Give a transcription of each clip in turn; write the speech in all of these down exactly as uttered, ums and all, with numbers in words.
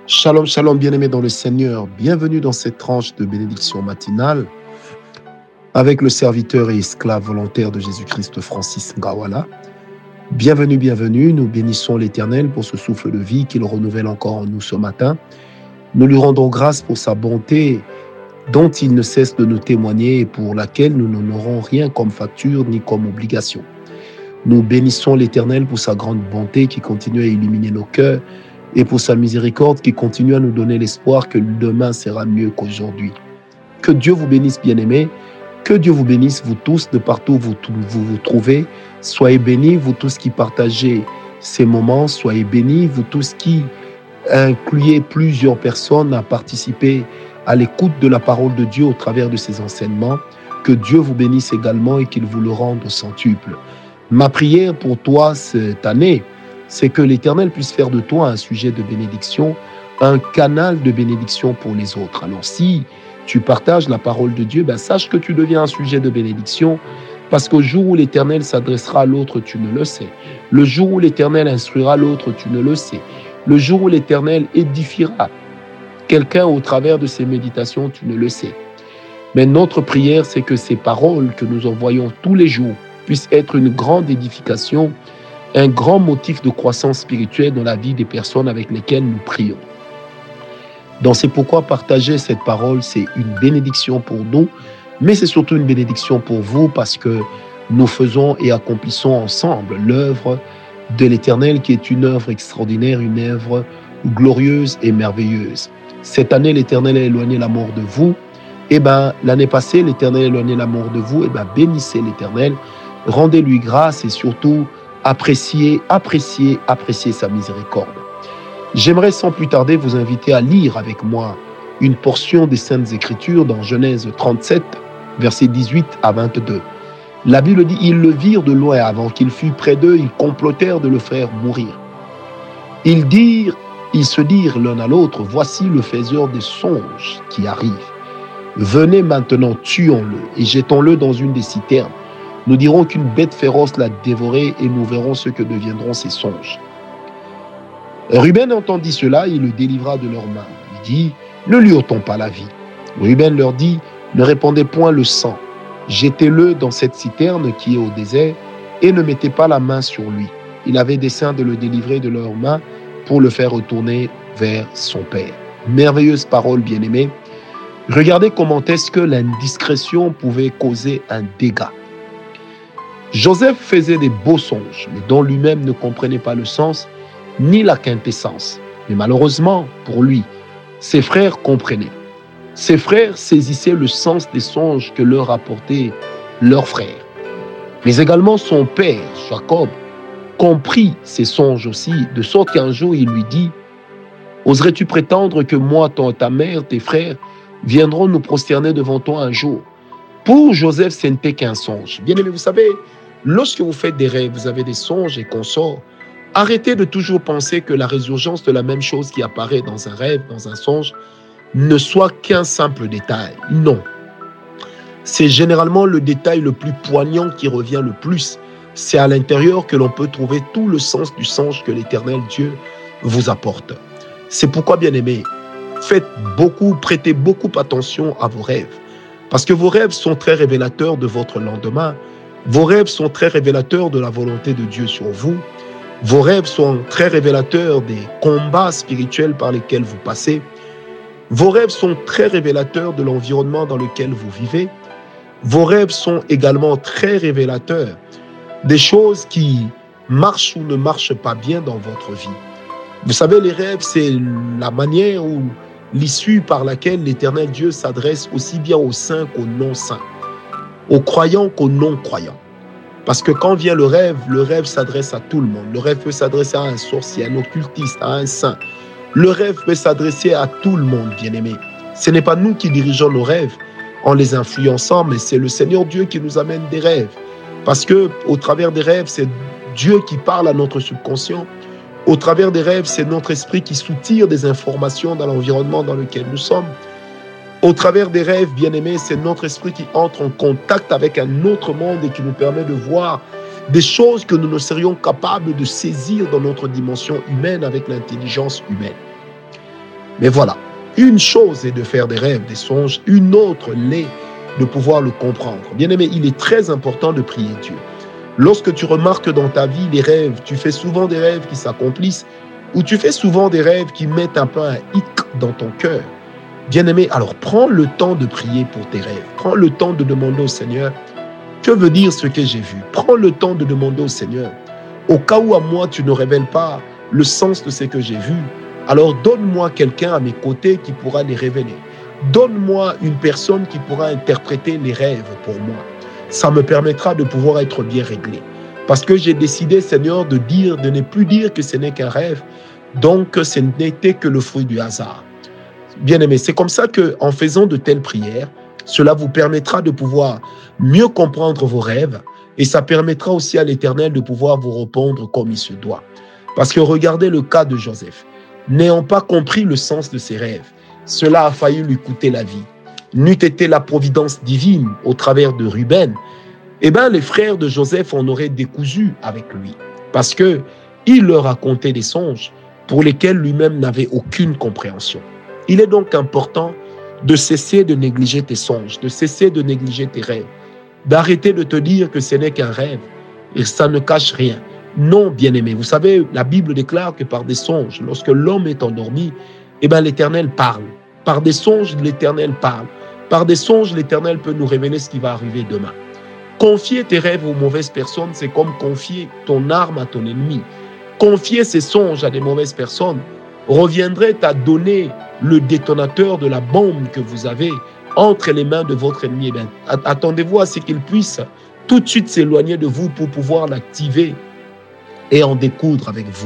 Shalom, shalom, bien-aimés dans le Seigneur. Bienvenue dans cette tranche de bénédiction matinale avec le serviteur et esclave volontaire de Jésus-Christ, Francis Ngawala. Bienvenue, bienvenue. Nous bénissons l'Éternel pour ce souffle de vie qu'il renouvelle encore en nous ce matin. Nous lui rendons grâce pour sa bonté dont il ne cesse de nous témoigner et pour laquelle nous n'honorons rien comme facture ni comme obligation. Nous bénissons l'Éternel pour sa grande bonté qui continue à illuminer nos cœurs et pour sa miséricorde qui continue à nous donner l'espoir que demain sera mieux qu'aujourd'hui. Que Dieu vous bénisse, bien-aimés. Que Dieu vous bénisse, vous tous, de partout où vous vous, vous trouvez. Soyez bénis, vous tous qui partagez ces moments. Soyez bénis, vous tous qui incluez plusieurs personnes à participer à l'écoute de la parole de Dieu au travers de ses enseignements. Que Dieu vous bénisse également et qu'il vous le rende au centuple. Ma prière pour toi cette année, c'est que l'Éternel puisse faire de toi un sujet de bénédiction, un canal de bénédiction pour les autres. Alors si tu partages la parole de Dieu, ben sache que tu deviens un sujet de bénédiction, parce qu'au jour où l'Éternel s'adressera à l'autre, tu ne le sais. Le jour où l'Éternel instruira l'autre, tu ne le sais. Le jour où l'Éternel édifiera quelqu'un au travers de ses méditations, tu ne le sais. Mais notre prière, c'est que ces paroles que nous envoyons tous les jours puissent être une grande édification, un grand motif de croissance spirituelle dans la vie des personnes avec lesquelles nous prions. Donc c'est pourquoi partager cette parole, c'est une bénédiction pour nous, mais c'est surtout une bénédiction pour vous parce que nous faisons et accomplissons ensemble l'œuvre de l'Éternel qui est une œuvre extraordinaire, une œuvre glorieuse et merveilleuse. Cette année, l'Éternel a éloigné la mort de vous. Et ben l'année passée, l'Éternel a éloigné la mort de vous. Et ben bénissez l'Éternel, rendez-lui grâce et surtout appréciez, appréciez, appréciez sa miséricorde. J'aimerais sans plus tarder vous inviter à lire avec moi une portion des Saintes Écritures dans Genèse trente-sept, versets dix-huit à vingt-deux. La Bible dit « Ils le virent de loin, avant qu'il fût près d'eux, ils complotèrent de le faire mourir. Ils dirent, ils se dirent l'un à l'autre, voici le faiseur des songes qui arrive. Venez maintenant, tuons-le et jetons-le dans une des citernes. Nous dirons qu'une bête féroce l'a dévoré et nous verrons ce que deviendront ses songes. » Ruben entendit cela, il le délivra de leurs mains. Il dit, ne lui ôtons pas la vie. Ruben leur dit, ne répandez point le sang. Jetez-le dans cette citerne qui est au désert et ne mettez pas la main sur lui. Il avait dessein de le délivrer de leurs mains pour le faire retourner vers son père. Merveilleuse parole, bien-aimée. Regardez comment est-ce que l'indiscrétion pouvait causer un dégât. Joseph faisait des beaux songes, mais dont lui-même ne comprenait pas le sens ni la quintessence. Mais malheureusement, pour lui, ses frères comprenaient. Ses frères saisissaient le sens des songes que leur apportait leur frère. Mais également son père, Jacob, comprit ces songes aussi, de sorte qu'un jour il lui dit « Oserais-tu prétendre que moi, ton, ta mère, tes frères, viendront nous prosterner devant toi un jour ?» Pour Joseph, ce n'était qu'un songe. Bien aimé, vous savez, lorsque vous faites des rêves, vous avez des songes et consorts, arrêtez de toujours penser que la résurgence de la même chose qui apparaît dans un rêve, dans un songe, ne soit qu'un simple détail. Non. C'est généralement le détail le plus poignant qui revient le plus. C'est à l'intérieur que l'on peut trouver tout le sens du songe que l'Éternel Dieu vous apporte. C'est pourquoi, bien-aimés, faites beaucoup, prêtez beaucoup attention à vos rêves. Parce que vos rêves sont très révélateurs de votre lendemain. Vos rêves sont très révélateurs de la volonté de Dieu sur vous. Vos rêves sont très révélateurs des combats spirituels par lesquels vous passez. Vos rêves sont très révélateurs de l'environnement dans lequel vous vivez. Vos rêves sont également très révélateurs des choses qui marchent ou ne marchent pas bien dans votre vie. Vous savez, les rêves, c'est la manière ou l'issue par laquelle l'Éternel Dieu s'adresse aussi bien aux saints qu'aux non-saints, aux croyants qu'aux non-croyants. Parce que quand vient le rêve, le rêve s'adresse à tout le monde. Le rêve peut s'adresser à un sorcier, à un occultiste, à un saint. Le rêve peut s'adresser à tout le monde, bien-aimé. Ce n'est pas nous qui dirigeons nos rêves en les influençant, mais c'est le Seigneur Dieu qui nous amène des rêves. Parce que au travers des rêves, c'est Dieu qui parle à notre subconscient. Au travers des rêves, c'est notre esprit qui soutire des informations dans l'environnement dans lequel nous sommes. Au travers des rêves, bien-aimés, c'est notre esprit qui entre en contact avec un autre monde et qui nous permet de voir des choses que nous ne serions capables de saisir dans notre dimension humaine avec l'intelligence humaine. Mais voilà, une chose est de faire des rêves, des songes, une autre l'est de pouvoir le comprendre. Bien-aimé, il est très important de prier Dieu. Lorsque tu remarques dans ta vie les rêves, tu fais souvent des rêves qui s'accomplissent ou tu fais souvent des rêves qui mettent un peu un hic dans ton cœur. Bien-aimé, alors prends le temps de prier pour tes rêves. Prends le temps de demander au Seigneur, que veut dire ce que j'ai vu? Prends le temps de demander au Seigneur. Au cas où à moi, tu ne révèles pas le sens de ce que j'ai vu, alors donne-moi quelqu'un à mes côtés qui pourra les révéler. Donne-moi une personne qui pourra interpréter les rêves pour moi. Ça me permettra de pouvoir être bien réglé. Parce que j'ai décidé, Seigneur, de dire, de ne plus dire que ce n'est qu'un rêve, donc ce n'était que le fruit du hasard. Bien-aimé, c'est comme ça qu'en faisant de telles prières, cela vous permettra de pouvoir mieux comprendre vos rêves et ça permettra aussi à l'Éternel de pouvoir vous répondre comme il se doit. Parce que regardez le cas de Joseph. N'ayant pas compris le sens de ses rêves, cela a failli lui coûter la vie. N'eût été la providence divine au travers de Ruben, eh bien les frères de Joseph en auraient décousu avec lui. Parce que il leur racontait des songes pour lesquels lui-même n'avait aucune compréhension. Il est donc important de cesser de négliger tes songes, de cesser de négliger tes rêves, d'arrêter de te dire que ce n'est qu'un rêve et ça ne cache rien. Non, bien-aimé, vous savez, la Bible déclare que par des songes, lorsque l'homme est endormi, eh bien l'Éternel parle. Par des songes, l'Éternel parle. Par des songes, l'Éternel peut nous révéler ce qui va arriver demain. Confier tes rêves aux mauvaises personnes, c'est comme confier ton arme à ton ennemi. Confier ces songes à des mauvaises personnes reviendrait à donner le détonateur de la bombe que vous avez entre les mains de votre ennemi. Eh bien, attendez-vous à ce qu'il puisse tout de suite s'éloigner de vous pour pouvoir l'activer et en découdre avec vous.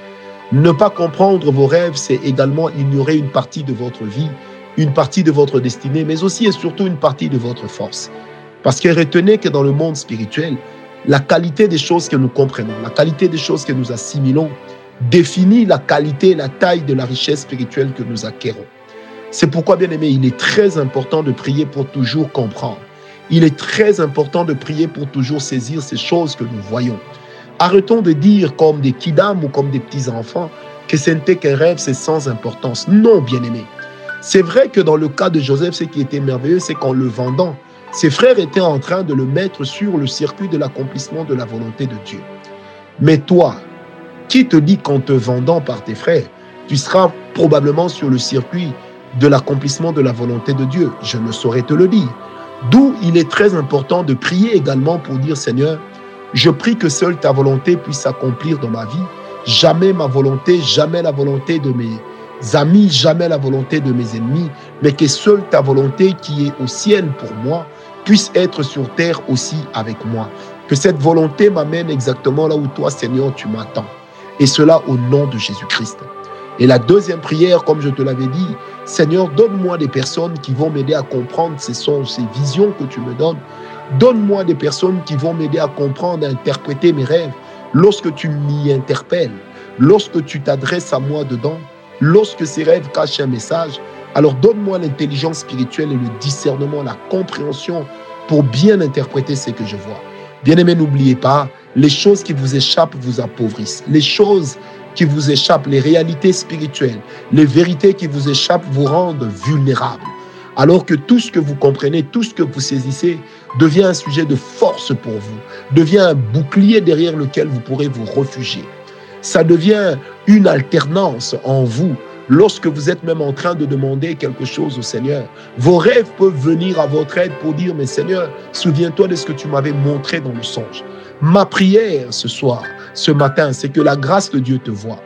Ne pas comprendre vos rêves, c'est également ignorer une partie de votre vie, une partie de votre destinée, mais aussi et surtout une partie de votre force. Parce que retenez que dans le monde spirituel, la qualité des choses que nous comprenons, la qualité des choses que nous assimilons, définit la qualité et la taille de la richesse spirituelle que nous acquérons. C'est pourquoi, bien aimé, il est très important de prier pour toujours comprendre. Il est très important de prier pour toujours saisir ces choses que nous voyons. Arrêtons de dire comme des kidam ou comme des petits-enfants que ce n'était qu'un rêve, c'est sans importance. Non, bien aimé. C'est vrai que dans le cas de Joseph, ce qui était merveilleux, c'est qu'en le vendant, ses frères étaient en train de le mettre sur le circuit de l'accomplissement de la volonté de Dieu. Mais toi, qui te dit qu'en te vendant par tes frères, tu seras probablement sur le circuit de l'accomplissement de la volonté de Dieu? Je ne saurais te le dire. D'où il est très important de prier également pour dire, Seigneur, je prie que seule ta volonté puisse s'accomplir dans ma vie. Jamais ma volonté, jamais la volonté de mes amis, jamais la volonté de mes ennemis, mais que seule ta volonté qui est au ciel pour moi puisse être sur terre aussi avec moi. Que cette volonté m'amène exactement là où toi, Seigneur, tu m'attends. Et cela au nom de Jésus-Christ. Et la deuxième prière, comme je te l'avais dit, Seigneur, donne-moi des personnes qui vont m'aider à comprendre ces songes, ces visions que tu me donnes. Donne-moi des personnes qui vont m'aider à comprendre, à interpréter mes rêves. Lorsque tu m'y interpelles, lorsque tu t'adresses à moi dedans, lorsque ces rêves cachent un message, alors donne-moi l'intelligence spirituelle et le discernement, la compréhension pour bien interpréter ce que je vois. Bien-aimés, n'oubliez pas, les choses qui vous échappent vous appauvrissent. Les choses qui vous échappent, les réalités spirituelles, les vérités qui vous échappent vous rendent vulnérables. Alors que tout ce que vous comprenez, tout ce que vous saisissez devient un sujet de force pour vous, devient un bouclier derrière lequel vous pourrez vous réfugier. Ça devient une alternance en vous. Lorsque vous êtes même en train de demander quelque chose au Seigneur, vos rêves peuvent venir à votre aide pour dire, mais Seigneur, souviens-toi de ce que tu m'avais montré dans le songe. Ma prière ce soir, ce matin, c'est que la grâce de Dieu te voie,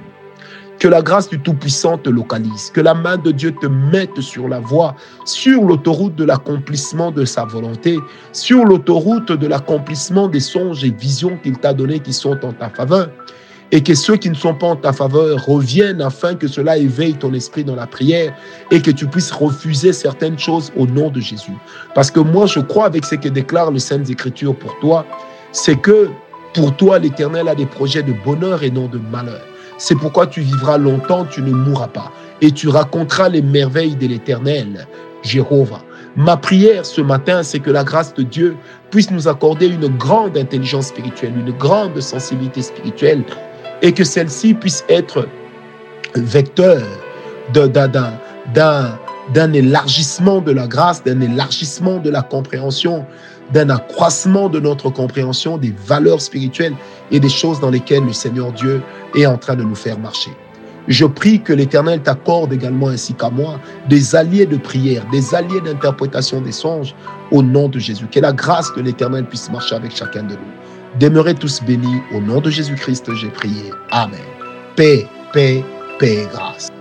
que la grâce du Tout-Puissant te localise, que la main de Dieu te mette sur la voie, sur l'autoroute de l'accomplissement de sa volonté, sur l'autoroute de l'accomplissement des songes et visions qu'il t'a donnés qui sont en ta faveur. Et que ceux qui ne sont pas en ta faveur reviennent afin que cela éveille ton esprit dans la prière et que tu puisses refuser certaines choses au nom de Jésus. Parce que moi, je crois avec ce que déclarent les Saintes Écritures pour toi, c'est que pour toi, l'Éternel a des projets de bonheur et non de malheur. C'est pourquoi tu vivras longtemps, tu ne mourras pas. Et tu raconteras les merveilles de l'Éternel, Jéhovah. Ma prière ce matin, c'est que la grâce de Dieu puisse nous accorder une grande intelligence spirituelle, une grande sensibilité spirituelle, et que celle-ci puisse être vecteur de, d'un, d'un, d'un, d'un élargissement de la grâce, d'un élargissement de la compréhension, d'un accroissement de notre compréhension des valeurs spirituelles et des choses dans lesquelles le Seigneur Dieu est en train de nous faire marcher. Je prie que l'Éternel t'accorde également, ainsi qu'à moi, des alliés de prière, des alliés d'interprétation des songes, au nom de Jésus. Que la grâce de l'Éternel puisse marcher avec chacun de nous. Demeurez tous bénis. Au nom de Jésus-Christ, j'ai prié. Amen. Paix, paix, paix et grâce.